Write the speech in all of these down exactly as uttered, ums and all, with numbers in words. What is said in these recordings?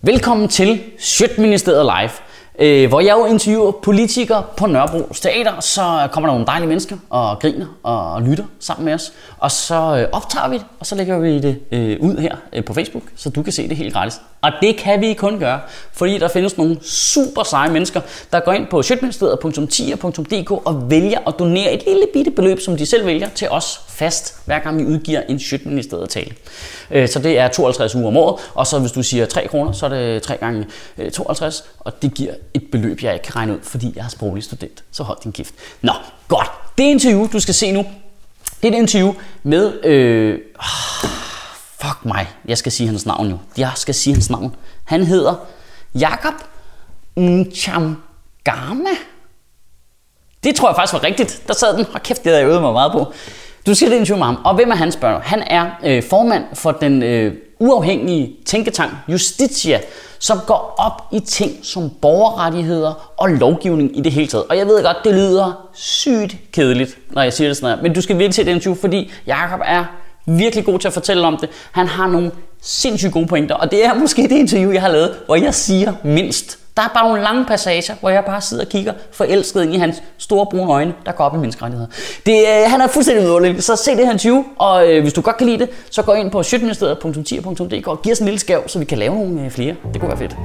Velkommen til Sjøtministeriet Live, øh, hvor jeg jo interviewer politikere på Nørrebro Teater. Så kommer der nogle dejlige mennesker og griner og lytter sammen med os. Og så øh, optager vi det, og så lægger vi det øh, ud her øh, på Facebook, så du kan se det helt gratis. Og det kan vi kun gøre, fordi der findes nogle super seje mennesker, der går ind på sjøtministeriet punktum tier punktum d k og vælger at donere et lille bitte beløb, som de selv vælger, til os fast, hver gang vi udgiver en Sjøtministeriet tale. Øh, så det er tooghalvtreds uger om året, og så hvis du siger tre kroner, så er det tre gange tooghalvtreds, og det giver et beløb, jeg ikke kan regne ud, fordi jeg er sproglig student. Så hold din gift. Nå, godt. Det interview, du skal se nu, det er et interview med... Øh, fuck mig, jeg skal sige hans navn nu. Jeg skal sige hans navn. Han hedder Jakob Mchangama. Det tror jeg faktisk var rigtigt. Der sad den. Hold kæft, det havde jeg øvet mig meget på. Du skal det interview med ham. Og hvem er han, spørger? Han er øh, formand for den øh, uafhængige tænketank Justitia, som går op i ting som borgerrettigheder og lovgivning i det hele taget. Og jeg ved godt, det lyder sygt kedeligt, når jeg siger det sådan her. Men du skal virkelig se det interview, fordi Jakob er virkelig god til at fortælle om det. Han har nogle sindssygt gode pointer, og det er måske det interview, jeg har lavet, hvor jeg siger mindst. Der er bare nogle lange passager, hvor jeg bare sidder og kigger forelsket ind i hans store brune øjne, der går op i menneskerettigheder. Det, øh, han er fuldstændig vidunderlig, så se det her interview, og øh, hvis du godt kan lide det, så gå ind på sjøtministeriet punktum tier punktum d k og giv os en lille skæv, så vi kan lave nogle øh, flere. Det kunne være fedt.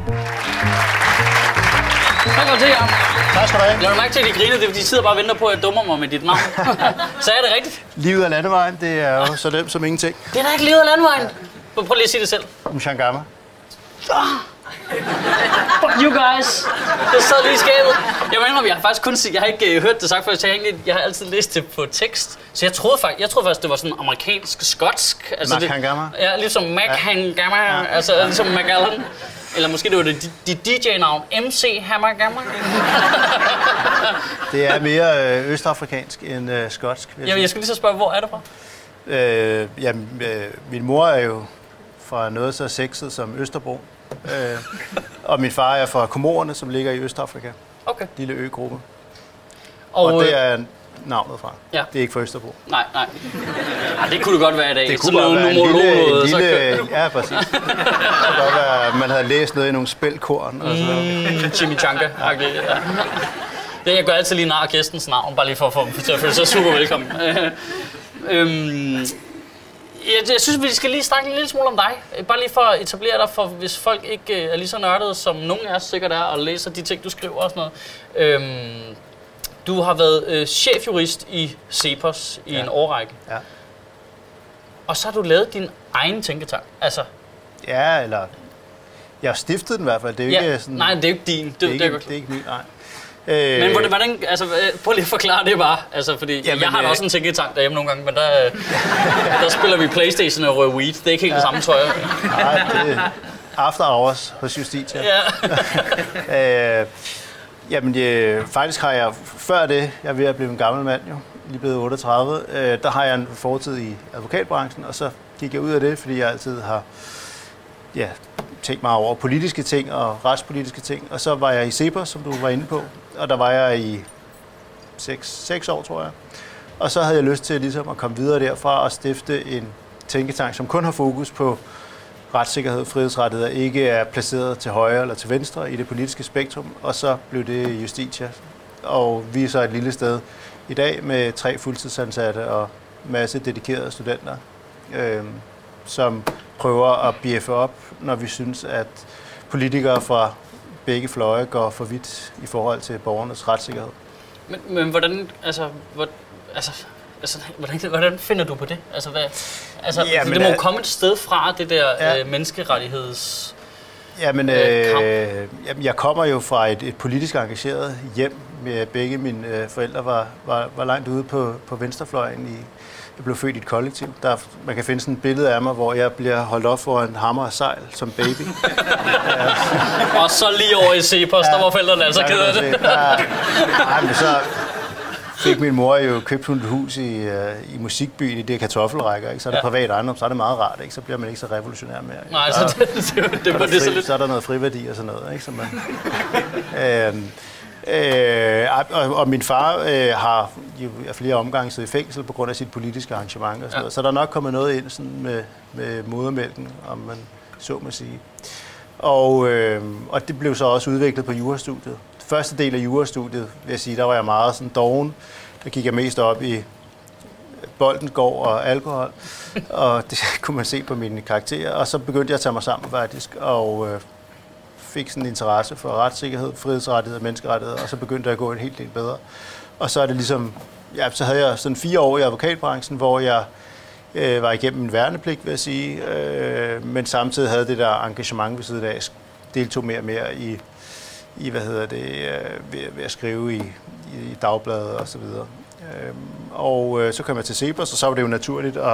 Velkommen til jer. Tak skal du have. Jeg har mærke til, at de griner, det er, fordi de sidder bare og venter på, at jeg dummer mig med dit navn. Så er det rigtigt? Livet af landevejen, det er jo så nemt som ingenting. Det er da ikke livet af landevejen. Prøv lige at sige det selv. Mchangama. Fuck you guys. Jeg sad lige i skabet. Jeg mener, jeg har faktisk kun jeg har ikke uh, hørt det sagt før, så jeg har, egentlig, jeg har altid læst det på tekst. Så jeg troede faktisk, jeg troede faktisk det var sådan amerikansk, skotsk. Altså Mchangama. Ja, ligesom Mchangama, ja. Altså ja. Ligesom McAllen. Eller måske det var det dit D J-navn, M C Hammergamma. Det er mere øh, østafrikansk end øh, skotsk. Jamen, jeg skal lige så spørge, hvor er det fra? Øh, jamen, øh, min mor er jo fra noget så sexet som Østerbro. Øh, og min far er fra Komorerne, som ligger i Østafrika. Okay. Lille øgruppe. Og, og det er navnet fra. Ja. Det er ikke fra Østerbro. Nej, nej. Ej, det kunne det godt være i dag. Det kunne godt være en lille, noget, lille så ja, præcis. Det kunne godt være, at man havde læst noget i nogle spælkorn. Og så. Mm, Chimichanga. Okay, ja. Det, jeg gør altid lige nar gæstens navn, bare lige for at få dem til at føle sig super velkommen. øhm, jeg, jeg synes, vi skal lige snakke en lille smule om dig. Bare lige for at etablere dig, for hvis folk ikke er lige så nørdede, som nogen af os sikkert er, og læser de ting, du skriver og sådan noget. Øhm, Du har været øh, chefjurist i CEPOS i ja. en årrække. Ja. Og så har du lavet din egen tænketank. Altså. Ja, eller jeg har stiftet den i hvert fald. Det er jo ja. ikke sådan. Nej, det er jo ikke din. Det, det, er, det, ikke, er det er ikke min, nej. Øh, men hvordan, hvordan altså, prøv lige at forklare det bare. Altså, fordi jamen, jeg har da også en tænketank derhjemme nogle gange, men der, der spiller vi PlayStation og rører weed. Det er ikke helt ja. det samme, tror jeg. Nej, det er after hours hos Justitia. Ja. øh, Jamen, det, faktisk har jeg før det, jeg er ved at blive en gammel mand jo, lige blevet otteogtredive, øh, der har jeg en fortid i advokatbranchen, og så gik jeg ud af det, fordi jeg altid har ja, tænkt mig over politiske ting og retspolitiske ting, og så var jeg i CEPOS, som du var inde på, og der var jeg i seks, seks år, tror jeg, og så havde jeg lyst til ligesom at komme videre derfra og stifte en tænketank, som kun har fokus på retssikkerhed og frihedsrettigheder, ikke er placeret til højre eller til venstre i det politiske spektrum, og så blev det Justitia. Og vi er så et lille sted i dag med tre fuldtidsansatte og masse dedikerede studenter, øh, som prøver at bjeffe op, når vi synes, at politikere fra begge fløje går for vidt i forhold til borgernes retssikkerhed. Men, men hvordan, altså, hvor, altså, altså hvordan, hvordan finder du på det? Altså, hvad, altså ja, det må jo komme et sted fra, det der ja. øh, menneskerettigheds... Jamen, øh, jamen, jeg kommer jo fra et, et politisk engageret hjem. Med begge mine øh, forældre var, var, var langt ude på, på venstrefløjen. I, jeg blev født i et kollektiv. Der, man kan finde sådan et billede af mig, hvor jeg bliver holdt op for en hammer og sejl som baby. Ja. Og så lige over i CEPOS, ja, der var forældrene altså ked af det. Nej, men så fik min mor jo købt et hus i, uh, i musikbyen i det kartoffelrækker, ikke? Så er det ja. privat ejendom, så er det meget rart, ikke? Så bliver man ikke så revolutionær mere. Ikke? Nej, så, så det, det, det, så, det, fri, så, lidt... så er der noget friværdi og sådan noget, ikke? Så man, øh, øh, og, og min far øh, har jo flere omgange siddet i fængsel på grund af sit politiske arrangement og sådan ja. noget, så der er nok kommet noget ind sådan med, med modermælken, om man så må sige. Og, øh, og det blev så også udviklet på jurastudiet. Første del af jurastudiet, vil jeg sige, der var jeg meget sådan doven. Der gik jeg mest op i bolden, går og alkohol, og det kunne man se på mine karakterer. Og så begyndte jeg at tage mig sammen faktisk, og øh, fik sådan en interesse for retssikkerhed, frihedsrettigheder, menneskerettigheder, og så begyndte jeg at gå en helt del bedre. Og så er det ligesom, ja, så havde jeg sådan fire år i advokatbranchen, hvor jeg øh, var igennem min værnepligt, vil jeg sige, øh, men samtidig havde det der engagement ved siden af, deltog mere og mere i, i hvad hedder det, øh, ved, ved at skrive i, i, i dagbladet og så videre. Øh, og øh, så kom jeg til CEPOS, og så var det jo naturligt at,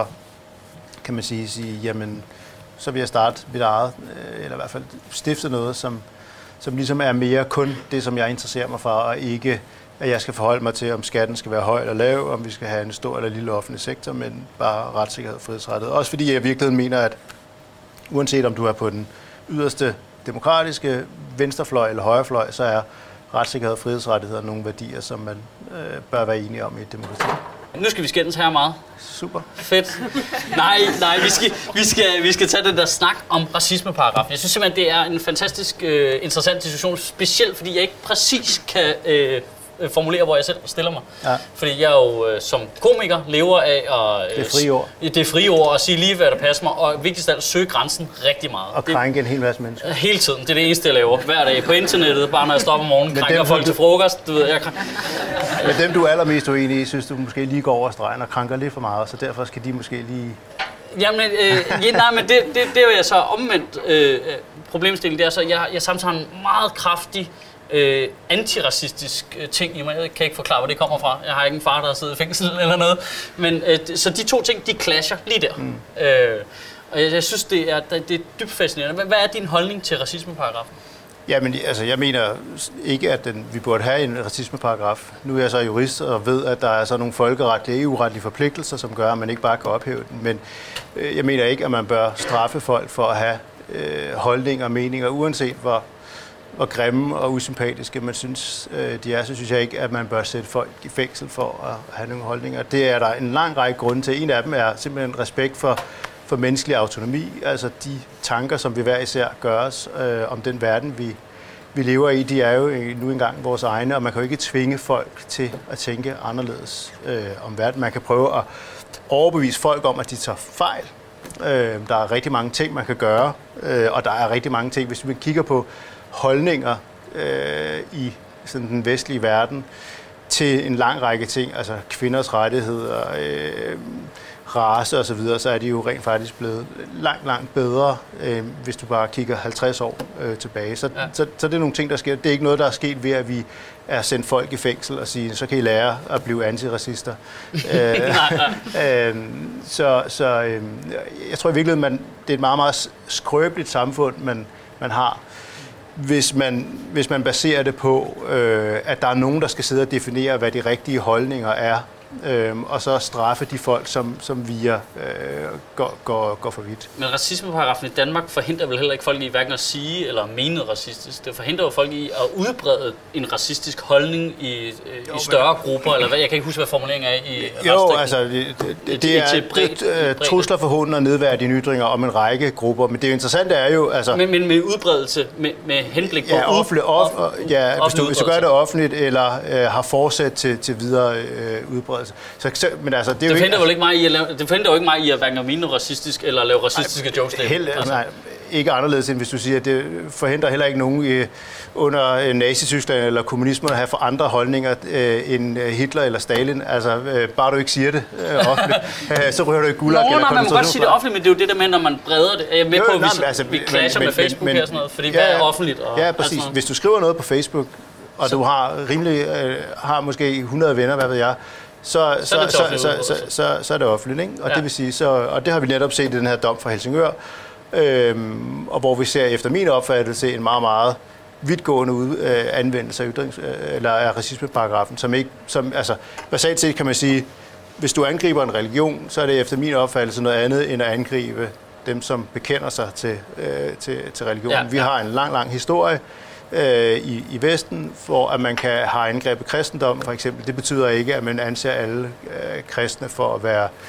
kan man sige, sige jamen, så vil jeg starte mit eget, øh, eller i hvert fald stifte noget, som, som ligesom er mere kun det, som jeg interesserer mig for, og ikke at jeg skal forholde mig til, om skatten skal være høj eller lav, om vi skal have en stor eller lille offentlig sektor, men bare retssikkerhed og frihedsrettighed. Også fordi jeg i virkeligheden mener, at uanset om du er på den yderste demokratiske venstrefløj eller højrefløj, så er retssikkerhed og frihedsrettigheder nogle værdier, som man øh, bør være enige om i et demokrati. Nu skal vi skændes her meget. Super. Fedt. Nej, nej, vi skal, vi skal, vi skal tage den der snak om racismeparagrafen. Jeg synes simpelthen, det er en fantastisk øh, interessant diskussion, specielt fordi jeg ikke præcis kan øh, formulere, hvor jeg selv stiller mig. Ja. Fordi jeg jo øh, som komiker lever af at... Øh, det er frie ord. Det er frie ord, og sige lige, hvad der passer mig, og vigtigst af alt, søge grænsen rigtig meget. Og krænke en hel masse mennesker. Hele tiden. Det er det eneste, jeg laver. Hver dag på internettet, bare når jeg står op om morgenen, krænker dem, folk du... til frokost. Du ved, jeg krænker. Men dem, du er allermest uenig i, synes du måske lige går over stregen og krænker lidt for meget, så derfor skal de måske lige... Jamen, øh, ja, nej, men det, det, det er jo så omvendt øh, problemstilling. Det er så, jeg, jeg samtidig har en meget kraftig øh, antiracistisk øh, ting i mig. Jeg kan ikke forklare, hvor det kommer fra. Jeg har ikke en far, der har siddet i fængsel eller noget. Men, øh, så de to ting, de clasher lige der. Mm. Øh, og jeg, jeg synes, det er, det er dybt fascinerende. Hvad er din holdning til racismeparagrafen? Jamen, altså, jeg mener ikke, at den, vi burde have en racismeparagraf. Nu er jeg så jurist og ved, at der er så nogle folkeretlige, E U-retlige forpligtelser, som gør, at man ikke bare kan ophæve den. Men øh, jeg mener ikke, at man bør straffe folk for at have øh, holdninger og meninger, uanset hvor, hvor grimme og usympatiske man synes, øh, de er. Så synes jeg ikke, at man bør sætte folk i fængsel for at have nogle holdninger. Det er der en lang række grunde til. En af dem er simpelthen respekt for for menneskelig autonomi, altså de tanker, som vi hver især gør os øh, om den verden, vi, vi lever i, de er jo nu engang vores egne, og man kan jo ikke tvinge folk til at tænke anderledes øh, om verden. Man kan prøve at overbevise folk om, at de tager fejl. Øh, der er rigtig mange ting, man kan gøre, øh, og der er rigtig mange ting, hvis vi kigger på holdninger øh, i sådan den vestlige verden til en lang række ting, altså kvinders rettigheder, øh, race og så videre, så er de jo rent faktisk blevet langt, langt bedre, øh, hvis du bare kigger halvtreds år øh, tilbage. Så, ja. så, så det er nogle ting, der sker. Det er ikke noget, der er sket ved, at vi er sendt folk i fængsel og sige, så kan I lære at blive antiracister. øh, øh, så så øh, jeg tror i virkeligheden, man, det er et meget, meget skrøbeligt samfund, man, man har, hvis man, hvis man baserer det på, øh, at der er nogen, der skal sidde og definere, hvad de rigtige holdninger er, Øhm, og så straffe de folk, som, som via øh, går, går, går for vidt. Men racismeparagrafen i Danmark forhindrer vel heller ikke folk i hverken at sige eller mene racistisk. Det forhindrer jo folk i at udbrede en racistisk holdning i, øh, jo, i større men... grupper, eller hvad? Jeg kan ikke huske, hvad formuleringen er i Jo, altså det, det, det er bred, trusler for hunden og nedværdige ytringer om en række grupper, men det interessante er jo... Altså, men, men med udbredelse, med, med henblik på... Ja, offentlig, off, ja hvis, du, hvis du gør det offentligt, eller øh, har forsæt til, til videre øh, udbredelse. Så, så, men altså, det, det forhindrer jo ikke mig i at lave, det forhindrer jo ikke mig i at hverken mene racistisk eller lave racistiske jokes. Helt, altså. Nej, ikke anderledes end hvis du siger, at det forhindrer heller ikke nogen i, under Nazi-Tyskland eller kommunismen at have for andre holdninger øh, end Hitler eller Stalin. Altså, øh, bare du ikke siger det øh, offentligt, øh, så rører du ikke gulag. Nå, nej, man må godt sige det offentligt, men det er jo det der med, når man breder det. Jeg er med jo, på, at vi, altså, vi clasher med Facebook men, og sådan noget, fordi ja, hvad er offentligt? Og ja, præcis. Hvis du skriver noget på Facebook, og så, du har rimelig, øh, har måske hundrede venner, hvad ved jeg, Så, så, så, så, så, så, så, så er det offentligt, ikke? Og, ja. det vil sige, så, og det har vi netop set i den her dom fra Helsingør, øhm, og hvor vi ser efter min opfattelse en meget, meget vidtgående ud, øh, anvendelse af, ytrings, øh, eller af racismeparagrafen, som ikke, som, altså, basalt set kan man sige, hvis du angriber en religion, så er det efter min opfattelse noget andet end at angribe dem, som bekender sig til, øh, til, til religionen. Ja, ja. Vi har en lang, lang historie I, i Vesten, hvor at man kan have angrebet kristendom, for eksempel. Det betyder ikke, at man anser alle øh, kristne for at være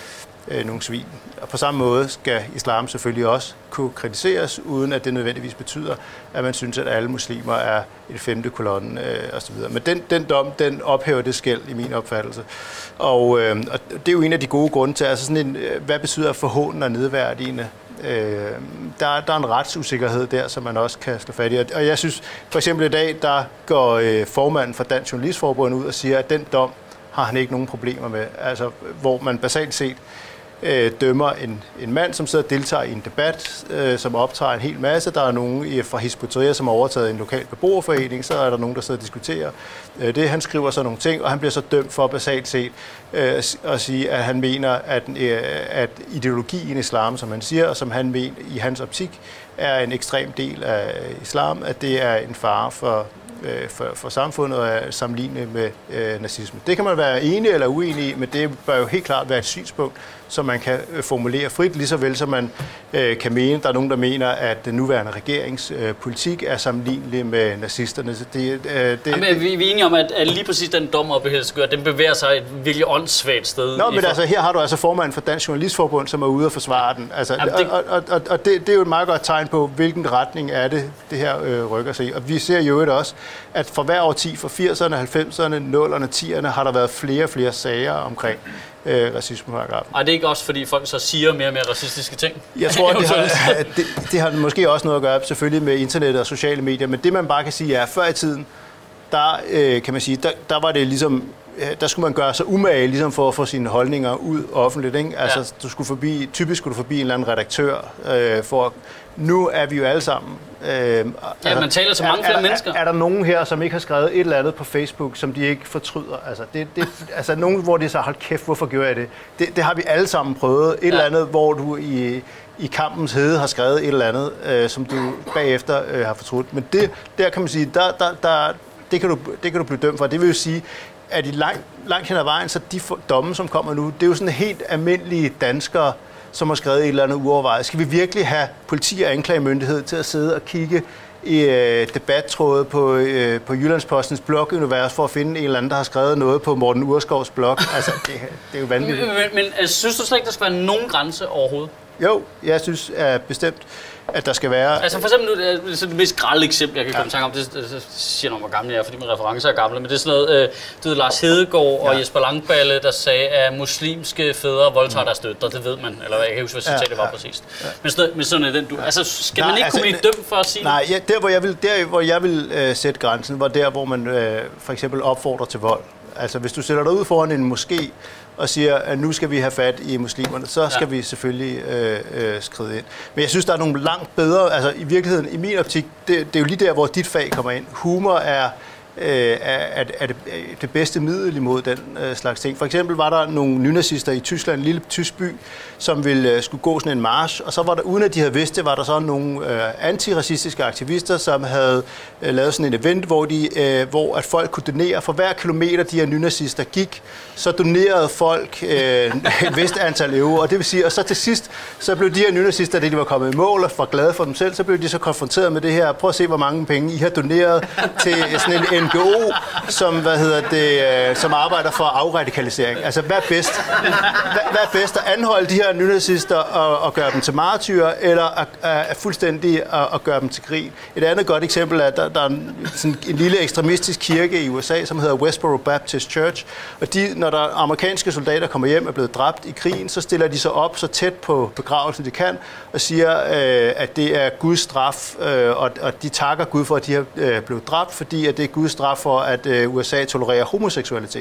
øh, nogle svin. Og på samme måde skal islam selvfølgelig også kunne kritiseres, uden at det nødvendigvis betyder, at man synes, at alle muslimer er et femte kolonne øh, osv. Men den, den dom, den ophæver det skel i min opfattelse. Og, øh, og det er jo en af de gode grunde til, altså sådan en, hvad betyder forhåndende og nedværdigende? Øh, der, der er en retsusikkerhed der, som man også kan slå fat i. Og jeg synes, for eksempel i dag, der går øh, formanden for Dansk Journalistforbund ud og siger, at den dom har han ikke nogen problemer med. Altså, hvor man basalt set øh, dømmer en, en mand, som sidder og deltager i en debat, øh, som optager en hel masse. Der er nogen fra Hizb ut-Tahrir, som har overtaget en lokal beboerforening, så er der nogen, der sidder og diskuterer øh, det. Han skriver så nogle ting, og han bliver så dømt for basalt set øh, at sige, at han mener, at, øh, at ideologien islam, som han siger, og som han mener i hans optik, er en ekstrem del af islam, at det er en fare for For, for samfundet og er sammenlignet med øh, nazisme. Det kan man være enig eller uenig i, men det bør jo helt klart være et synspunkt, som man kan øh, formulere frit, lige så vel som man øh, kan mene. Der er nogen, der mener, at den nuværende regerings øh, politik er sammenlignelig med nazisterne. Så det, øh, det, Jamen, det, vi, vi er enige om, at, at lige præcis den dommerophævelse, den bevæger sig et virkelig åndssvagt sted. Nå, men for... altså, her har du altså formanden for Dansk Journalistforbund, som er ude og forsvare den. Altså, Jamen, det... Og, og, og, og det, det er jo et meget godt tegn på, hvilken retning er det, det her øh, rykker sig i. Og vi ser jo også, at for hver årti, for firserne, halvfemserne, nullerne, tierne, har der været flere og flere sager omkring øh, racismeparagrafen. Og det er ikke også, fordi folk så siger mere og mere racistiske ting? Jeg tror, det har, det, det har måske også noget at gøre selvfølgelig med internettet og sociale medier, men det man bare kan sige er, at før i tiden, der øh, kan man sige, der, der var det ligesom, der skulle man gøre sig umage ligesom for at få sine holdninger ud offentligt, ikke? Altså, ja. du skulle forbi, typisk skulle du forbi en eller anden redaktør øh, for. Nu er vi jo alle sammen. Øh, ja, altså, man taler til mange er, flere er, mennesker. Er, er der nogen her, som ikke har skrevet et eller andet på Facebook, som de ikke fortryder? Altså, det, det, altså nogen, hvor de så hold kæft, hvorfor gjorde jeg det? det? Det har vi alle sammen prøvet. Et ja. eller andet, hvor du i, i kampens hede har skrevet et eller andet, øh, som du bagefter øh, har fortrudt. Men det, der kan man sige, der, der, der, det, kan du, det kan du blive dømt for. Det vil jo sige, at i langt, langt hen ad vejen, så de domme, som kommer nu, det er jo sådan helt almindelige danskere, som har skrevet et eller andet uovervejet. Skal vi virkelig have politi og anklagemyndighed til at sidde og kigge i øh, debattråde på, øh, på Jyllandspostens blogunivers for at finde en eller anden, der har skrevet noget på Morten Urskovs blog? Altså, det, det er jo vanvittigt. Men, men, men synes du slet ikke, der skal være nogen grænse overhovedet? Jo, jeg synes er bestemt, at der skal være... Altså for eksempel, nu, det, det mest grælde eksempel, jeg kan komme ja. i tanke om, det, det, det siger noget, hvor gammel jeg er, fordi mine referencer er gamle, men det er sådan noget, øh, du ved, Lars Hedegaard ja. og Jesper Langballe, der sagde, at muslimske fædre voldtager mm. deres døtre, det ved man, eller jeg kan ikke huske, hvad citatet ja, ja. var præcist. Ja. Men sådan noget, men sådan den, du, altså skal nej, man ikke altså, kunne blive dømt for at sige nej, ja, der hvor jeg vil, der, hvor jeg vil øh, sætte grænsen, var der, hvor man øh, for eksempel opfordrer til vold. Altså hvis du sætter dig ud foran en moské, og siger, at nu skal vi have fat i muslimerne, så skal ja. vi selvfølgelig øh, øh, skride ind. Men jeg synes, der er nogle langt bedre, altså i virkeligheden, i min optik, det, det er jo lige der, hvor dit fag kommer ind. Humor er, øh, er, er det, det bedste middel imod den øh, slags ting. For eksempel var der nogle nynazister i Tyskland, en lille tysk by, som ville øh, skulle gå sådan en march, og så var der, uden at de havde vidst det, var der så nogle øh, antiracistiske aktivister, som havde øh, lavet sådan en event, hvor, de, øh, hvor at folk kunne donere for hver kilometer, de her nynazister gik, så donerede folk øh, et vist antal euro, og det vil sige, og så til sidst, så blev de her nynazister, da de var kommet i mål og var glade for dem selv, så blev de så konfronteret med det her, prøv at se, hvor mange penge I har doneret til sådan en N G O, som, hvad hedder det, øh, som arbejder for afradikalisering. Altså, hvad er bedst? Hvad, hvad er bedst, at anholde de her nynazister og, og gøre dem til martyrer, eller at, at, at fuldstændig at, at gøre dem til grin? Et andet godt eksempel er, at der, der er en, sådan en lille ekstremistisk kirke i U S A, som hedder Westboro Baptist Church, og de, når der amerikanske soldater kommer hjem og er blevet dræbt i krigen, så stiller de sig op så tæt på begravelsen, de kan, og siger, øh, at det er Guds straf, øh, og, og de takker Gud for, at de har øh, blevet dræbt, fordi at det er Guds straf for, at øh, U S A tolererer homoseksualitet.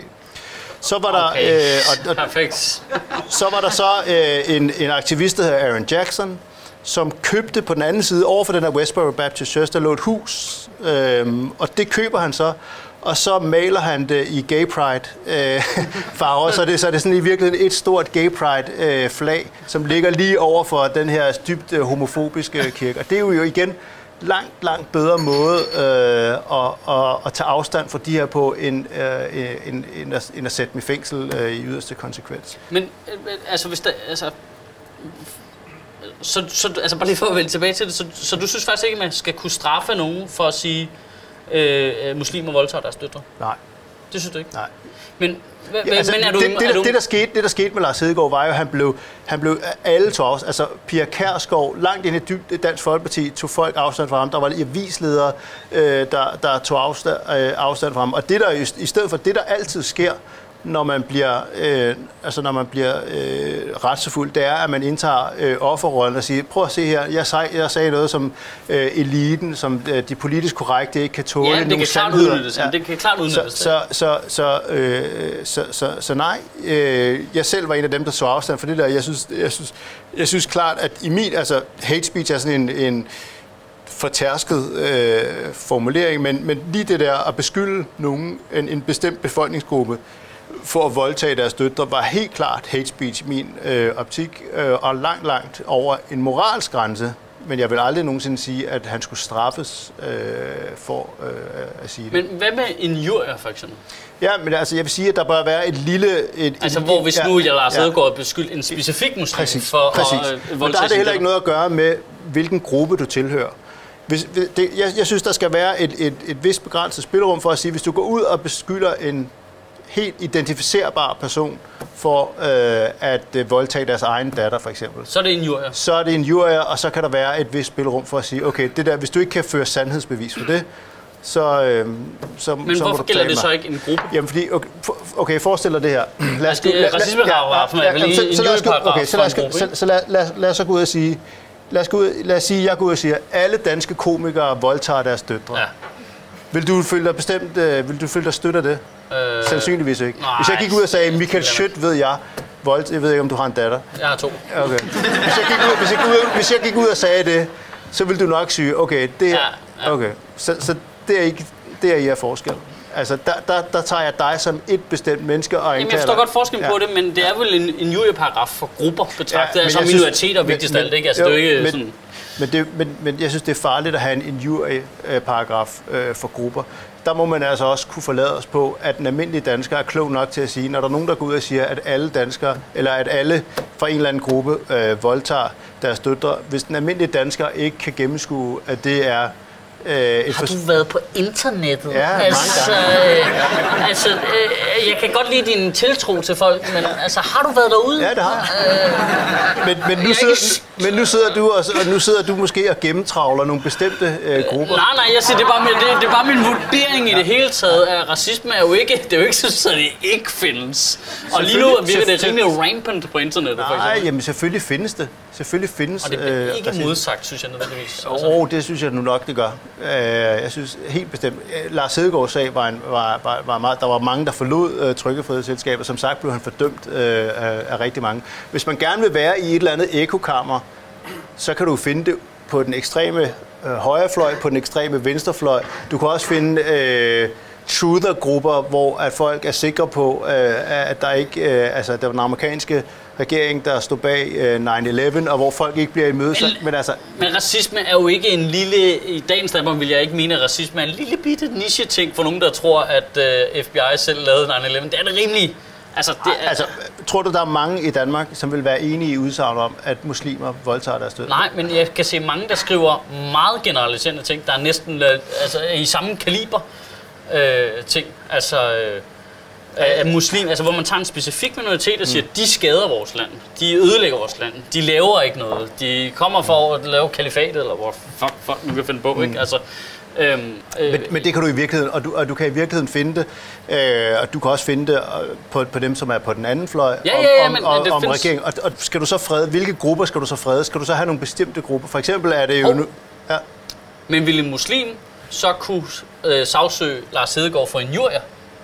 Så var der, okay. øh, og, og, så var der så øh, en, en aktivist, der hedder Aaron Jackson, som købte på den anden side, over for den her Westboro Baptist Church, der lå et hus, øh, og det køber han så, og så maler han det i gay pride øh, farver, så det, så er det sådan i virkeligheden et stort gay pride øh, flag, som ligger lige over for den her dybt øh, homofobiske kirke. Og det er jo igen langt, langt bedre måde øh, at, at, at tage afstand fra de her på, end, øh, end, end, at, end at sætte dem i fængsel øh, i yderste konsekvens. Men altså hvis der, altså, så, så, altså bare lige for at vende tilbage til det, så, så du synes faktisk ikke, at man skal kunne straffe nogen for at sige, øh, muslimer voldtager deres døtre? Nej. Det synes du ikke? Nej. Men, hva, ja, altså, men er du... Det, det, er der, du... det, der skete, det, der skete med Lars Hedegaard, var jo, at han blev, han blev alle tog afstand. Altså, Pia Kjærsgaard, langt ind i dybt Dansk Folkeparti, tog folk afstand fra ham. Der var avisledere, øh, der, der tog afstand, øh, afstand fra ham. Og det der, i stedet for det, der altid sker, når man bliver, øh, altså når man bliver øh, retsfuld, det er, at man indtager øh, offerrollen og siger, prøv at se her, jeg, sag, jeg sagde noget som øh, eliten, som øh, de politisk korrekte ikke kan tåle. Ja, det kan klart udnyttes. Ja. Det kan klart udnyttes. Så, så, så, øh, så, så, så nej, øh, jeg selv var en af dem, der så afstand for det der. Jeg synes, jeg synes, jeg synes klart, at i min, altså hate speech er sådan en, en fortærsket øh, formulering, men, men lige det der at beskylde nogen, en, en bestemt befolkningsgruppe, for at voldtage deres døtre, var helt klart hate speech i min øh, optik, øh, og langt, langt over en moralsk grænse. Men jeg vil aldrig nogensinde sige, at han skulle straffes øh, for øh, at sige det. Men hvad med injurier, for eksempel? Ja, men altså, jeg vil sige, at der bør være et lille... Et, altså, et, hvor hvis ja, nu jeg Lars Hedegaard ja. beskyldt en specifik muslim præcis, for præcis. at øh, voldtage. Men der er det heller ikke noget at gøre med, hvilken gruppe du tilhører. Hvis, det, jeg, jeg synes, der skal være et, et, et vist begrænset spillerum for at sige, hvis du går ud og beskylder en helt identificerbar person for øh, at øh, voldtage deres egen datter, for eksempel. Så er det injurier. Så er det injurier, og så kan der være et vist spillerum for at sige, okay, det der, hvis du ikke kan føre sandhedsbevis for det, så, øh, så men så hvorfor gælder det mig. så ikke en gruppe? Jamen fordi, okay, for, okay forestil dig det her. Lad os, altså, det er racismeparagrafen, ja, ja, ja, så, så, lad os, okay, så, lad os, så, så lad, lad, lad os så gå ud og sige, lad os, gå ud, lad os sige, jeg går ud og siger, alle danske komikere voldtager deres døtre. Ja. Vil du føle dig bestemt, øh, vil du føle dig støtter det? Øh, Sandsynligvis ikke. Nej, hvis jeg gik ud og sagde, Michael Schødt ved jeg, vold, jeg ved ikke, om du har en datter. Jeg har to. Okay. Hvis jeg gik ud, hvis jeg gik ud, hvis jeg gik ud og sagde det, så vil du nok sige, okay, det er, ja, ja. okay. Så, så det er ikke, det er I er forskel. Altså, der, der, der tager jeg dig som et bestemt menneske og Jamen, jeg forstår godt forskellen ja. på det, men det er vel en injurieparagraf for grupper betragtet ja, som minoriteter vigtigst af alt, ikke? Altså, jo, det er jo ikke men, sådan... Men, det, men, men jeg synes, det er farligt at have en injurieparagraf øh, for grupper. Der må man altså også kunne forlade os på, at den almindelige dansker er klog nok til at sige, når der er nogen, der går ud og siger, at alle danskere, eller at alle fra en eller anden gruppe øh, voldtager deres døtre, hvis den almindelige dansker ikke kan gennemskue, at det er Øh, har du været på internettet? Ja, altså, øh, altså øh, jeg kan godt lide din tiltro til folk, men altså, har du været derude? Ja, det har øh, men, men, nu sidder, men nu sidder du også, og nu sidder du måske og gennemtravler nogle bestemte øh, grupper. Nej, nej, jeg siger, det er bare, det, det er bare min vurdering i det hele taget, at racisme er jo ikke, det er jo ikke sådan, at det ikke findes. Og lige nu virker det rimelig rampant på internettet, for eksempel. Nej, jamen selvfølgelig findes det. Selvfølgelig findes og det bliver ikke øh, modsagt, synes jeg nødvendigvis. Åh, oh, det synes jeg nu nok, det gør. Jeg synes helt bestemt. Lars Hedegaards sag var, en, var, var, var meget, der var mange, der forlod øh, trykkefrihedsselskaber. Som sagt blev han fordømt øh, af, af rigtig mange. Hvis man gerne vil være i et eller andet ekokammer, så kan du finde det på den ekstreme øh, højrefløj, på den ekstreme venstrefløj. Du kan også finde øh, truther-grupper, hvor at folk er sikre på, øh, at der ikke, øh, altså der var den amerikanske regering, der stod bag øh, nine eleven, og hvor folk ikke bliver imødesat. Men, men, altså, men racisme er jo ikke en lille... I dagens Danmark vil jeg ikke mene, at racisme er en lille bitte niche-ting for nogen, der tror, at øh, F B I selv lavede nine eleven. Det er det rimelig... Altså, det er, altså, tror du, der er mange i Danmark, som vil være enige i udsagn om, at muslimer voldtager deres døtre? Nej, men jeg kan se mange, der skriver meget generaliserende ting, der er næsten altså, i samme kaliber øh, ting. Altså... Øh, af muslim, altså hvor man tager en specifik minoritet og siger, at de skader vores land, de ødelægger vores land, de laver ikke noget, de kommer for at lave kalifatet, eller hvor fuck folk nu kan finde på, mm. ikke? Altså, øhm, øh, men, men det kan du i virkeligheden, og du, og du kan i virkeligheden finde det, øh, og du kan også finde det på, på dem, som er på den anden fløj, ja, ja, ja, om, men, om, det om findes... regeringen. Og, og skal du så frede, hvilke grupper skal du så frede? Skal du så have nogle bestemte grupper? For eksempel er det jo oh. nu... Ja. Men vil en muslim så kunne øh, sagsøge Lars Hedegaard for injurier?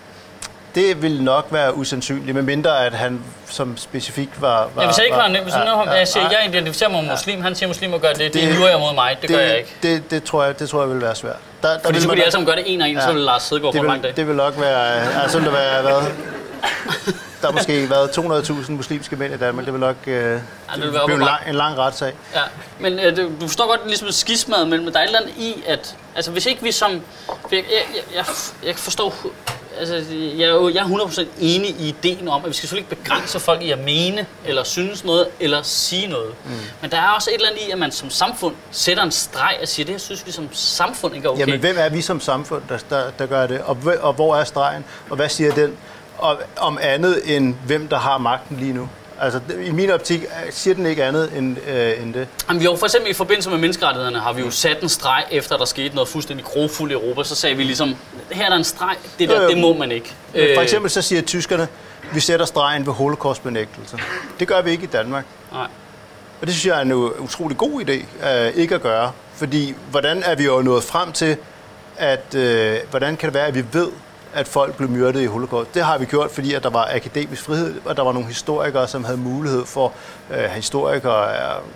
Det ville nok være usandsynligt, medmindre at han som specifikt var... var ja, hvis jeg ikke var, var hvis ja, ja, jeg siger, jeg identificerer mig med muslim, han siger muslim og gør det, det, det er injurier mod mig, det, det gør jeg ikke. Det, det, tror jeg, det tror jeg vil være svært. Der, der Fordi så kunne de alle sammen gøre det en og en, ja, så ville Lars Hedegaard få mange dage. Det vil nok være... Altså, det vil være hvad? Der har måske været to hundrede tusind muslimske mænd i Danmark. Det vil nok øh, ja, det vil blive en lang, en lang retssag. Ja, men øh, du forstår godt ligesom et skismad, men der er et eller andet i, at... Altså, hvis ikke vi som... Jeg, jeg, jeg, jeg forstår altså, jeg, er jo, jeg er hundrede procent enig i ideen om, at vi skal selvfølgelig ikke begrænse folk i at mene, eller synes noget, eller sige noget. Mm. Men der er også et eller andet i, at man som samfund sætter en streg og siger, det her synes vi som samfund ikke er okay. Jamen, hvem er vi som samfund, der, der, der gør det? Og, og hvor er stregen? Og hvad siger den? Og, om andet end hvem, der har magten lige nu? Altså, i min optik siger den ikke andet end, øh, end det. Jamen, vi har jo for eksempel i forbindelse med menneskerettighederne, har vi jo sat en streg, efter der skete noget fuldstændig grofuldt i Europa. Så sagde vi ligesom, her er der en streg, det der, øh, det må man ikke. For eksempel så siger tyskerne, vi sætter stregen ved holocaustbenægtelse. Det gør vi ikke i Danmark. Nej. Og det synes jeg er en utrolig god idé, øh, ikke at gøre. Fordi, hvordan er vi jo nået frem til, at øh, hvordan kan det være, at vi ved, at folk blev myrdet i holocaust. Det har vi gjort, fordi at der var akademisk frihed, og der var nogle historikere, som havde mulighed for, øh, historikere,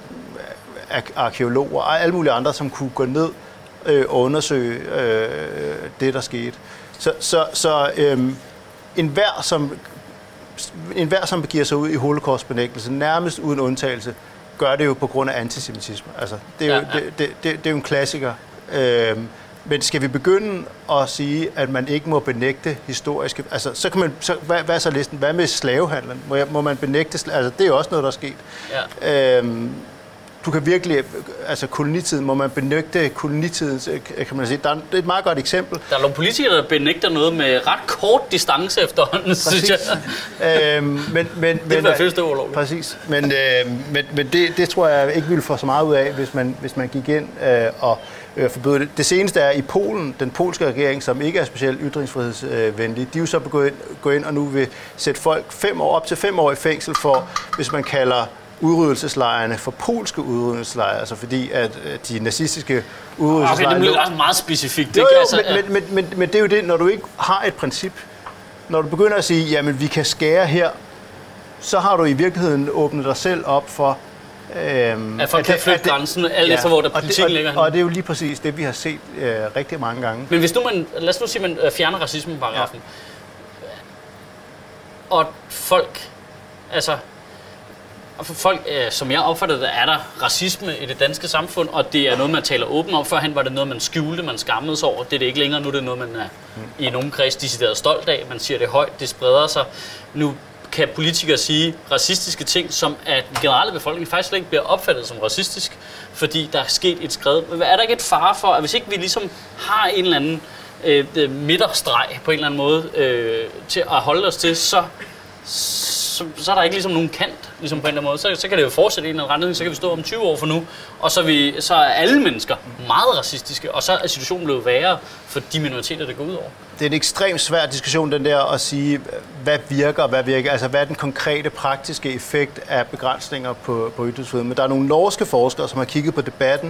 øh, arkeologer og alle mulige andre, som kunne gå ned øh, og undersøge øh, det, der skete. Så, så, så øh, enhver, som, enhver, som begiver sig ud i holocaustbenægtelse, nærmest uden undtagelse, gør det jo på grund af antisemitisme. Altså, det, er jo, ja, ja. Det, det, det, det er jo en klassiker. Øh, Men skal vi begynde at sige, at man ikke må benægte historiske... Altså, så kan man... Så, hvad, hvad er så listen? Hvad med slavehandlen? Må, jeg, må man benægte... Altså, det er jo også noget, der er sket. Ja. Øhm, du kan virkelig... Altså, kolonitiden... Må man benægte kolonitidens... Kan man sige. Der er, det er et meget godt eksempel. Der er nogle politikere, der benægter noget med ret kort distance efterhånden, synes jeg. øhm, men, men, det vil være fælles, det var ulovligt. Præcis. Men, øh, men, men det, det tror jeg ikke ville få så meget ud af, hvis man, hvis man gik ind øh, og... forbyde det. Det seneste er i Polen, den polske regering, som ikke er specielt ytringsfrihedsvenlig, de er jo så begyndt gå ind og nu vil sætte folk fem år, op til fem år i fængsel for, hvis man kalder udryddelseslejrene for polske udryddelseslejre, altså fordi at de nazistiske udryddelseslejre... Okay, det er også meget specifikt. Det jo, jo, altså, men, men, men, men det er jo det, når du ikke har et princip, når du begynder at sige, jamen vi kan skære her, så har du i virkeligheden åbnet dig selv op for Øhm, at folk kan flytte grænsen, alt efter, ja, hvor der politikken ligger hen. Og det er jo lige præcis det, vi har set øh, rigtig mange gange. Men hvis nu man, lad os nu sige, man fjerner racismeparagrafen, ja. Og folk, altså, folk, øh, som jeg opfatter det, er der racisme i det danske samfund, og det er noget, man taler åbent om. Førhen var det noget, man skjulte, man skammede sig over. Det er det ikke længere. Nu er det noget, man er mm. i nogen kreds decideret stolt af. Man siger det højt, det spreder sig. Nu kan politikere sige racistiske ting, som at den generelle befolkning faktisk slet ikke bliver opfattet som racistisk, fordi der er sket et skred. Er der ikke et fare for, at hvis ikke vi ligesom har en eller anden øh, midterstreg på en eller anden måde øh, til at holde os til, så, så, så er der ikke ligesom nogen kant ligesom på en eller anden måde. Så, så kan det jo fortsætte i en eller anden retning, så kan vi stå om tyve år fra nu, og så er, vi, så er alle mennesker meget racistiske, og så er situationen blevet værre for de minoriteter, der går ud over. Det er en ekstremt svær diskussion, den der, at sige, hvad virker og hvad virker. Altså, hvad er den konkrete, praktiske effekt af begrænsninger på, på ytringsfriheden. Men der er nogle norske forskere, som har kigget på debatten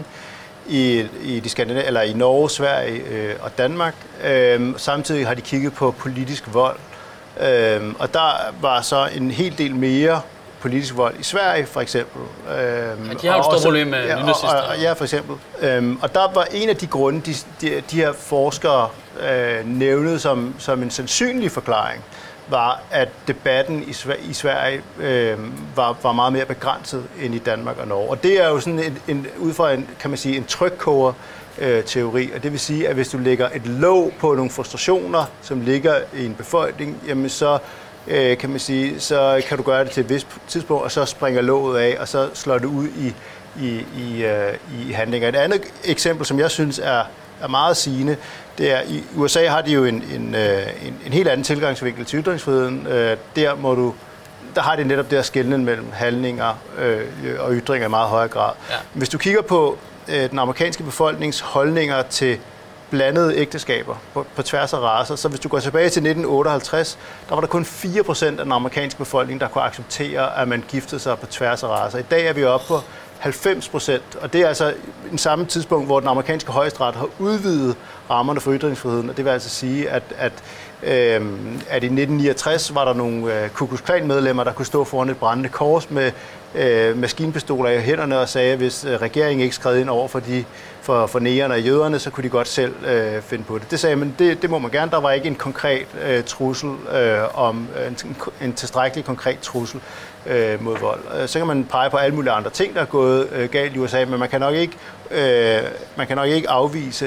i, i, de Skandinav- eller i Norge, Sverige øh, og Danmark. Øhm, samtidig har de kigget på politisk vold. Øhm, og der var så en hel del mere politisk vold i Sverige, for eksempel. Øhm, ja, de har jo et stort problem med ja, nynazister. Ja, for eksempel. Øhm, og der var en af de grunde, de, de, de her forskere øh, nævnede som, som en sandsynlig forklaring, var, at debatten i, Sver- i Sverige øh, var, var meget mere begrænset end i Danmark og Norge. Og det er jo sådan en, en, ud fra en, kan man sige, en trykkoger, Øh, teori, og det vil sige, at hvis du lægger et låg på nogle frustrationer, som ligger i en befolkning, jamen så øh, kan man sige, så kan du gøre det til et vist tidspunkt, og så springer låget af, og så slår det ud i, i, i, øh, i handlinger. Et andet eksempel, som jeg synes er, er meget sigende, det er, i U S A har de jo en, en, en, en helt anden tilgangsvinkel til ytringsfriheden. Øh, der må du der har de netop der skelnen mellem handlinger øh, og ytringer i meget højere grad. Ja. Hvis du kigger på den amerikanske befolknings holdninger til blandede ægteskaber på, på tværs af racer. Så hvis du går tilbage til nitten otteoghalvtreds, der var der kun fire procent af den amerikanske befolkning, der kunne acceptere, at man giftede sig på tværs af racer. I dag er vi oppe på halvfems procent, og det er altså i samme tidspunkt, hvor den amerikanske højesteret har udvidet rammerne for ytringsfriheden, og det vil altså sige, at, at, øh, at i nitten niogtres var der nogle øh, Ku Klux Klan-medlemmer, der kunne stå foran et brændende kors med øh, maskinpistoler i hænderne og sagde, at hvis øh, regeringen ikke skred ind over for, de, for, for negerne og jøderne, så kunne de godt selv øh, finde på det. Det sagde man, det, det må man gerne. Der var ikke en konkret øh, trussel øh, om en, en tilstrækkelig konkret trussel øh, mod vold. Så kan man pege på alle mulige andre ting, der er gået øh, galt i U S A, men man kan nok ikke, øh, man kan nok ikke afvise,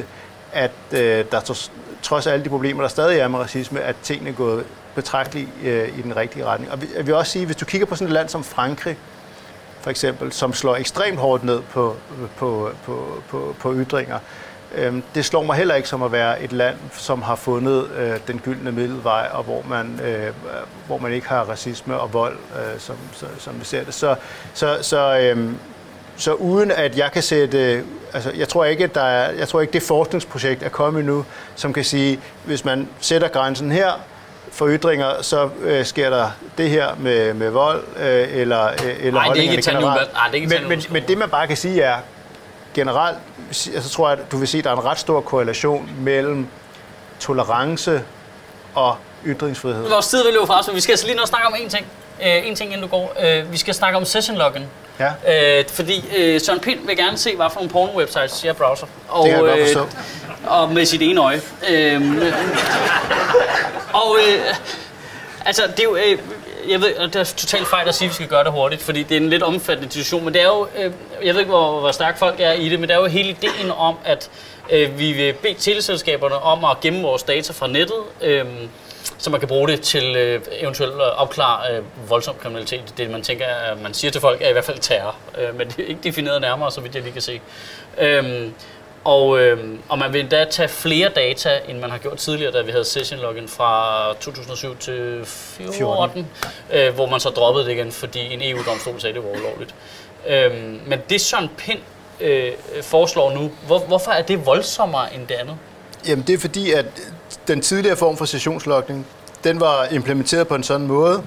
at øh, der trods alle de problemer, der stadig er med racisme, at tingene er gået betragteligt øh, i den rigtige retning. Og vi, jeg vil også sige, hvis du kigger på sådan et land som Frankrig, for eksempel, som slår ekstremt hårdt ned på, på, på, på, på ytringer, øh, det slår mig heller ikke som at være et land, som har fundet øh, den gyldne middelvej, og hvor man, øh, hvor man ikke har racisme og vold, øh, som, så, som vi ser det. Så, så, så øh, Så uden at jeg kan sætte, altså jeg tror ikke, at der er, jeg tror ikke det forskningsprojekt er kommet nu, som kan sige, hvis man sætter grænsen her for ytringer, så øh, sker der det her med, med vold øh, eller eller holdningerne generelt. Men, men, men det man bare kan sige er generelt, altså tror jeg, at du vil se, at der er en ret stor korrelation mellem tolerance og ytringsfrihed. Vores tid vil løbe fra os, men vi skal altså lige nå snakke om en ting. Uh, en ting, inden du går. Uh, vi skal snakke om session-loggen. Ja. Uh, fordi uh, Søren Pind vil gerne se, hvad for nogle porno-websites jeg browser. Og, det kan jeg godt forstå. Uh, og med sit ene øje. Uh, og uh, altså, det er jo... Uh, jeg ved, det er totalt fejl at sige, at vi skal gøre det hurtigt, fordi det er en lidt omfattende diskussion, men det er jo... Uh, jeg ved ikke, hvor, hvor stærke folk er i det, men det er jo hele ideen om, at uh, vi vil bede teleselskaberne om at gemme vores data fra nettet, uh, så man kan bruge det til øh, eventuelt at opklare øh, voldsom kriminalitet. Det, man tænker, at man siger til folk, er i hvert fald terror. Øh, men det er ikke defineret nærmere, så vidt jeg lige kan se. Øhm, og, øhm, og man vil endda tage flere data, end man har gjort tidligere, da vi havde session login fra to tusind og syv til fjorten, øh, hvor man så droppede det igen, fordi en E U-domstol sagde, det var ulovligt. Øhm, men det Søren Pind øh, foreslår nu, hvor, hvorfor er det voldsommere end det andet? Jamen det er fordi, at den tidligere form for sessionslogning, den var implementeret på en sådan måde,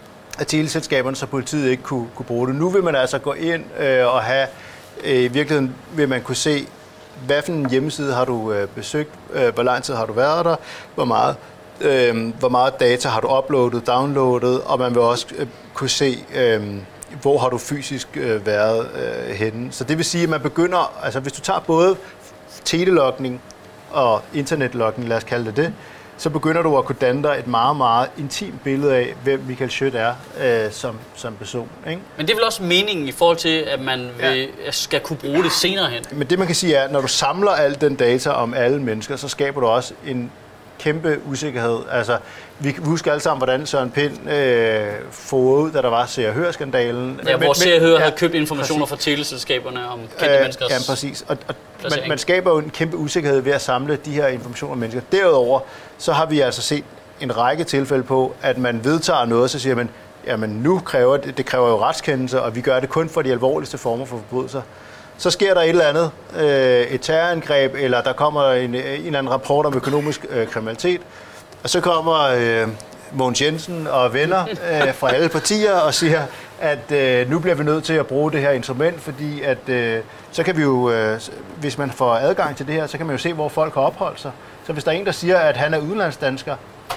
at teleselskaberne så politiet ikke kunne, kunne bruge det. Nu vil man altså gå ind øh, og have, øh, i virkeligheden vil man kunne se, hvad for en hjemmeside har du øh, besøgt, øh, hvor lang tid har du været der, hvor meget, øh, hvor meget data har du uploadet, downloadet, og man vil også øh, kunne se, øh, hvor har du fysisk øh, været øh, henne. Så det vil sige, at man begynder, altså hvis du tager både telelogning og internetlogning, lad os kalde det det, så begynder du at kunne danne dig et meget, meget intimt billede af, hvem Michael Schiødt er øh, som, som person. Ikke? Men det er vel også meningen i forhold til, at man vil, ja. skal kunne bruge det senere hen? Men det man kan sige er, at når du samler al den data om alle mennesker, så skaber du også en kæmpe usikkerhed. Altså, vi husker alle sammen, hvordan Søren Pind øh, får ud, da der var Se og Hør-skandalen. Ja, hvor Se og Hør ja, havde købt informationer præcis. fra teleselskaberne om kendte øh, menneskers... Ja, præcis. Og, og man, man skaber jo en kæmpe usikkerhed ved at samle de her informationer om mennesker. Derudover, så har vi altså set en række tilfælde på, at man vedtager noget, så siger man, jamen nu kræver det, det kræver jo retskendelse, og vi gør det kun for de alvorligste former for forbrydelser. Så sker der et eller andet, øh, et terrorangreb, eller der kommer en, en eller anden rapport om økonomisk øh, kriminalitet, og så kommer øh, Mogens Jensen og venner øh, fra alle partier og siger, at øh, nu bliver vi nødt til at bruge det her instrument, fordi at øh, så kan vi jo, øh, hvis man får adgang til det her, så kan man jo se, hvor folk har opholdt sig. Så hvis der er en, der siger, at han er udenlandsdansker,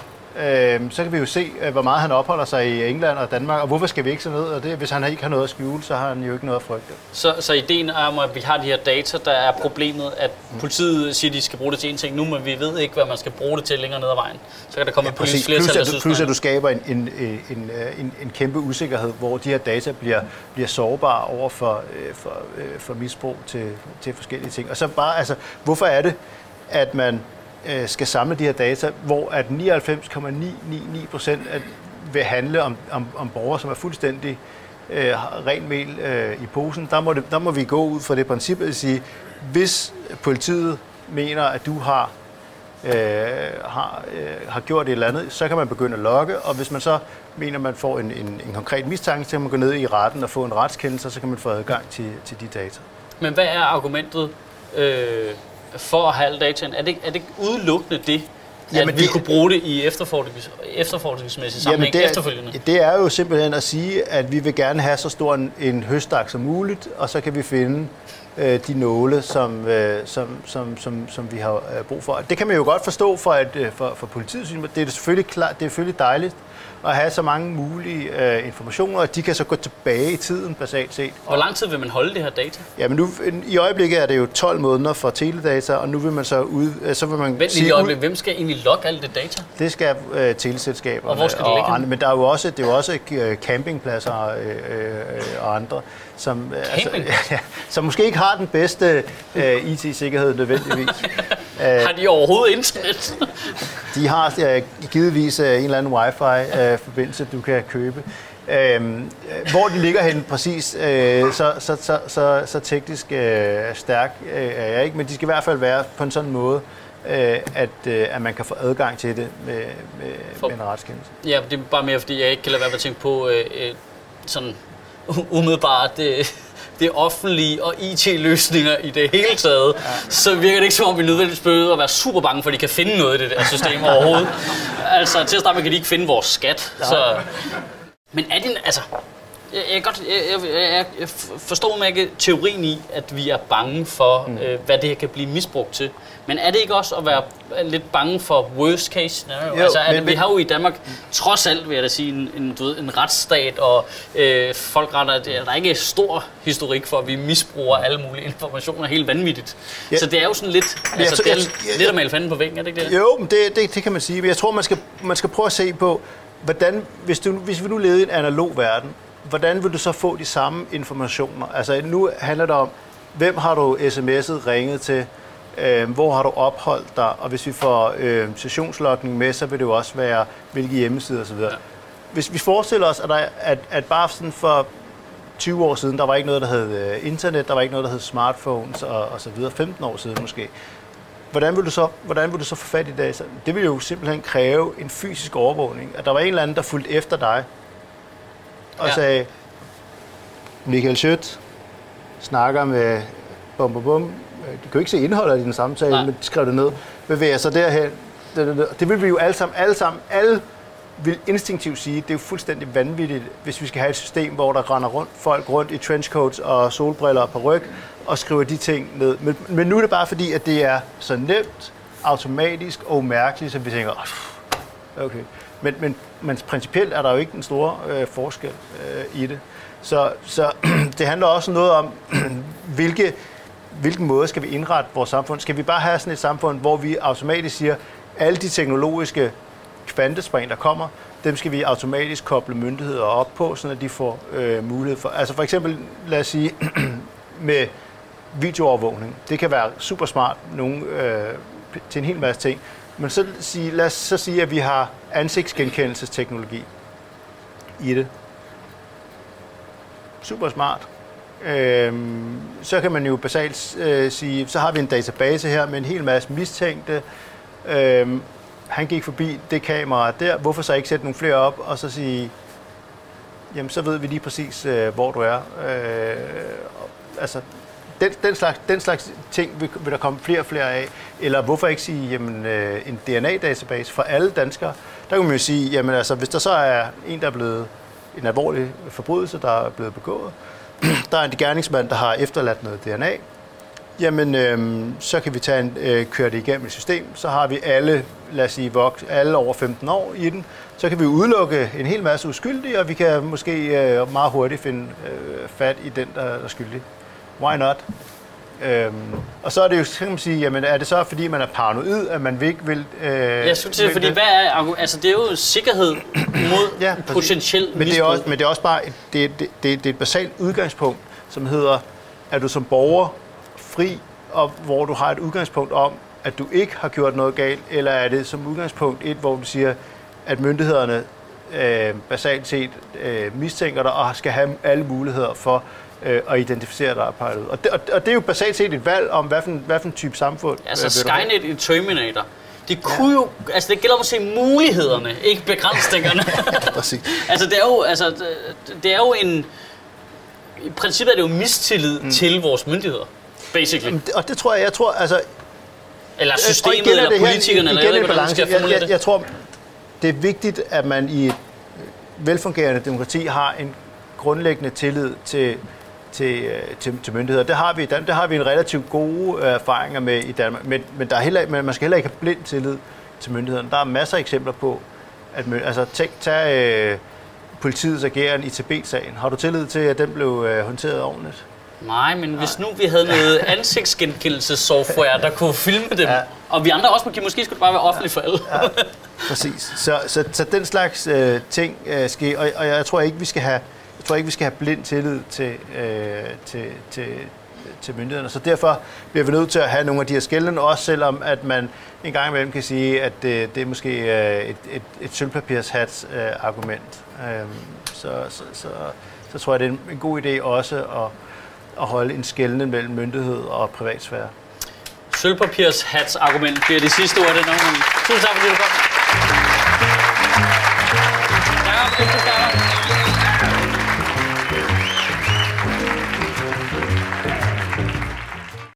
øh, så kan vi jo se, øh, hvor meget han opholder sig i England og Danmark, og hvorfor skal vi ikke så ned? Og det, hvis han ikke har noget at skjule, så har han jo ikke noget at frygte. Så, så ideen er om, at vi har de her data, der er problemet, at politiet siger, at de skal bruge det til en ting nu, men vi ved ikke, hvad man skal bruge det til længere ned ad vejen. Så kan der komme ja, et politisk flertal, der synes, plus at du skaber en, en, en, en, en kæmpe usikkerhed, hvor de her data bliver, bliver sårbare over for, for, for misbrug til, til forskellige ting. Og så bare, altså, hvorfor er det, at man skal samle de her data, hvor at nioghalvfems komma ni ni ni procent vil handle om, om, om borgere, som er fuldstændig øh, ren mel øh, i posen. Der må, det, der må vi gå ud fra det princip at sige, hvis politiet mener, at du har, øh, har, øh, har gjort et eller andet, så kan man begynde at logge, og hvis man så mener, at man får en, en, en konkret mistanke, så kan man gå ned i retten og få en retskendelse, og så kan man få adgang til, til de data. Men hvad er argumentet øh for at have alle dataen? Er det, er det udelukkende det, at Jamen vi det, kunne bruge det i efterforsknings, efterforskningsmæssig sammenhæng det er, efterfølgende? Det er jo simpelthen at sige, at vi vil gerne have så stor en, en høstak som muligt, og så kan vi finde øh, de nåle, som, øh, som, som, som, som vi har øh, brug for. Det kan man jo godt forstå fra, et, øh, for, for politiets syn. Det er selvfølgelig klart, det er selvfølgelig dejligt at have så mange mulige øh, informationer, og de kan så gå tilbage i tiden, basalt set. Hvor lang tid vil man holde det her data? Jamen nu, i øjeblikket er det jo tolv måneder for teledata, og nu vil man så ud... Så vil man Vent lige i øjeblikket, hvem skal egentlig logge alt det data? Det skal øh, teleselskaberne. Og hvor skal det ligge? Og, men der er jo også, det er jo også øh, campingpladser øh, øh, og andre, som, øh, altså, ja, som måske ikke har den bedste øh, I T-sikkerhed nødvendigvis. Har de overhovedet internet? De har ja, givetvis en eller anden wifi-forbindelse, du kan købe. Øhm, hvor de ligger hen præcis, øh, så, så, så, så, så teknisk øh, stærk øh, er jeg ikke, men de skal i hvert fald være på en sådan måde, øh, at, øh, at man kan få adgang til det med, med, For, med en retskendelse. Ja, det er bare mere, fordi jeg ikke kan lade være med at tænke på øh, sådan umiddelbart det, det offentlige og I T-løsninger i det hele taget, ja. Så virker det ikke som om, vi nødvendigvis behøver at være super bange for, at de kan finde noget i det der system overhovedet. Altså til at starte med kan de ikke finde vores skat, ja. Så... Men er det, altså, jeg, jeg, godt, jeg, jeg, jeg forstår mig ikke teorien i, at vi er bange for, mm. øh, hvad det her kan blive misbrugt til. Men er det ikke også at være lidt bange for worst case scenario? Jo, altså, men, det, vi har jo i Danmark, trods alt vil jeg da sige, en, en, du ved, en retsstat, og øh, folk retter, der er ikke stor historik for, at vi misbruger alle mulige informationer helt vanvittigt. Ja. Så det er jo sådan lidt, altså, det er jeg, jeg, lidt at male fanden på væggen, er det ikke det? Jo, men det, det, det kan man sige. Men jeg tror, man skal, man skal prøve at se på, hvordan, hvis, du, hvis vi nu levede i en analog verden, hvordan vil du så få de samme informationer? Altså nu handler det om, hvem har du sms'et, ringet til, øh, hvor har du opholdt dig, og hvis vi får øh, sessionslogning med, så vil det jo også være, hvilke hjemmesider osv. Ja. Hvis vi forestiller os, at, der, at, at bare sådan for tyve år siden, der var ikke noget, der hed øh, internet, der var ikke noget, der hed smartphones og, og så videre, femten år siden måske. Hvordan vil du så, hvordan vil du så få fat i det? Det vil jo simpelthen kræve en fysisk overvågning. At der var en eller anden, der fulgte efter dig og ja. sagde, Michael Schødt snakker med bum bum bum. Du kan jo ikke se indholdet af din samtale, Nej. men skrev det ned. Bevæger sig derhen. Det, det, det. det vil vi jo alle sammen, alle sammen, alle vil instinktivt sige, det er jo fuldstændig vanvittigt, hvis vi skal have et system, hvor der render rundt, folk rundt i trenchcoats og solbriller og paryk og skriver de ting ned. Men, men nu er det bare fordi, at det er så nemt, automatisk og umærkeligt, så vi tænker, oh, okay. Men, men, men principielt er der jo ikke en stor øh, forskel øh, i det. Så, så det handler også noget om, hvilke, hvilken måde skal vi indrette vores samfund. Skal vi bare have sådan et samfund, hvor vi automatisk siger, alle de teknologiske kvantespring, der kommer, dem skal vi automatisk koble myndigheder op på, så de får øh, mulighed for. Altså for eksempel, lad os sige, med videoovervågning. Det kan være super smart nogen, øh, til en hel masse ting. Men så sige, lad os så sige, at vi har ansigtsgenkendelsesteknologi i det. Super smart. Øhm, så kan man jo basalt øh, sige, så har vi en database her med en hel masse mistænkte. Øhm, han gik forbi det kamera der, hvorfor så ikke sætte nogle flere op, og så sige, jamen så ved vi lige præcis, øh, hvor du er. Øh, altså, den, den, slags, den slags ting vil, vil der komme flere og flere af. Eller hvorfor ikke sige, jamen øh, en D N A-database for alle danskere. Der kan man jo sige, jamen altså, hvis der så er en, der er blevet en alvorlig forbrydelse, der er blevet begået, der er en gerningsmand, der har efterladt noget D N A, jamen øh, så kan vi tage en, øh, køre det igennem et system, så har vi alle, lad os sige, voks, alle over femten år i den, så kan vi udelukke en hel masse uskyldige, og vi kan måske øh, meget hurtigt finde øh, fat i den, der er skyldig. Why not? Øhm, og så er det jo, så kan man sige, jamen er det så fordi man er paranoid, at man ikke vil... Øh, jeg skulle til, fordi hvad er, altså det er jo sikkerhed mod ja, potentiel men det er også, men det er også bare, et, det, det, det, det er et basalt udgangspunkt, som hedder, er du som borger fri, og hvor du har et udgangspunkt om, at du ikke har gjort noget galt, eller er det som udgangspunkt et, hvor du siger, at myndighederne øh, basalt set øh, mistænker dig, og skal have alle muligheder for og identificere dig på ud. Og det, og det er jo basalt set et valg om, hvad for en, hvad for en type samfund. Altså øh, Skynet i Terminator, det kunne ja. jo, altså det gælder om at se mulighederne, ikke begrænsningerne. Præcis. Altså det er jo, altså det er jo en, i princippet er det jo mistillid mm. til vores myndigheder, basically. Og det tror jeg, jeg tror, altså... Eller systemet, eller politikerne, eller jeg, hvordan skal jeg, jeg, jeg, jeg tror, det er vigtigt, at man i et velfungerende demokrati har en grundlæggende tillid til Til, til, til myndigheder. Det har vi der, det har vi en relativt gode erfaringer med i Danmark, men, men, der er heller, men man skal heller ikke have blind tillid til myndighederne. Der er masser af eksempler på, at altså, tag, tag øh, politiets ageren i Tibet-sagen. Har du tillid til, at den blev øh, håndteret ordentligt? Nej, men Nej. hvis nu vi havde noget ansigtsgenkendelsessoftware, der kunne filme dem, ja. og vi andre også, måske, måske skulle det bare være offentligt for alle. Ja, præcis. Så, så, så den slags øh, ting øh, sker, og, og jeg tror ikke, vi skal have Jeg tror ikke, vi skal have blind tillid til, øh, til, til, til myndighederne. Så derfor bliver vi nødt til at have nogle af de her skelnen, også selvom at man en gang imellem kan sige, at det, det er måske et, et, et sølvpapirshats uh, argument. Um, så, så, så, så tror jeg, det er en, en god idé også at, at holde en skelnen mellem myndighed og privatsfære. Sølvpapirshats argument bliver det sidste ord, det er nogen. Tusind tak, fordi du kom.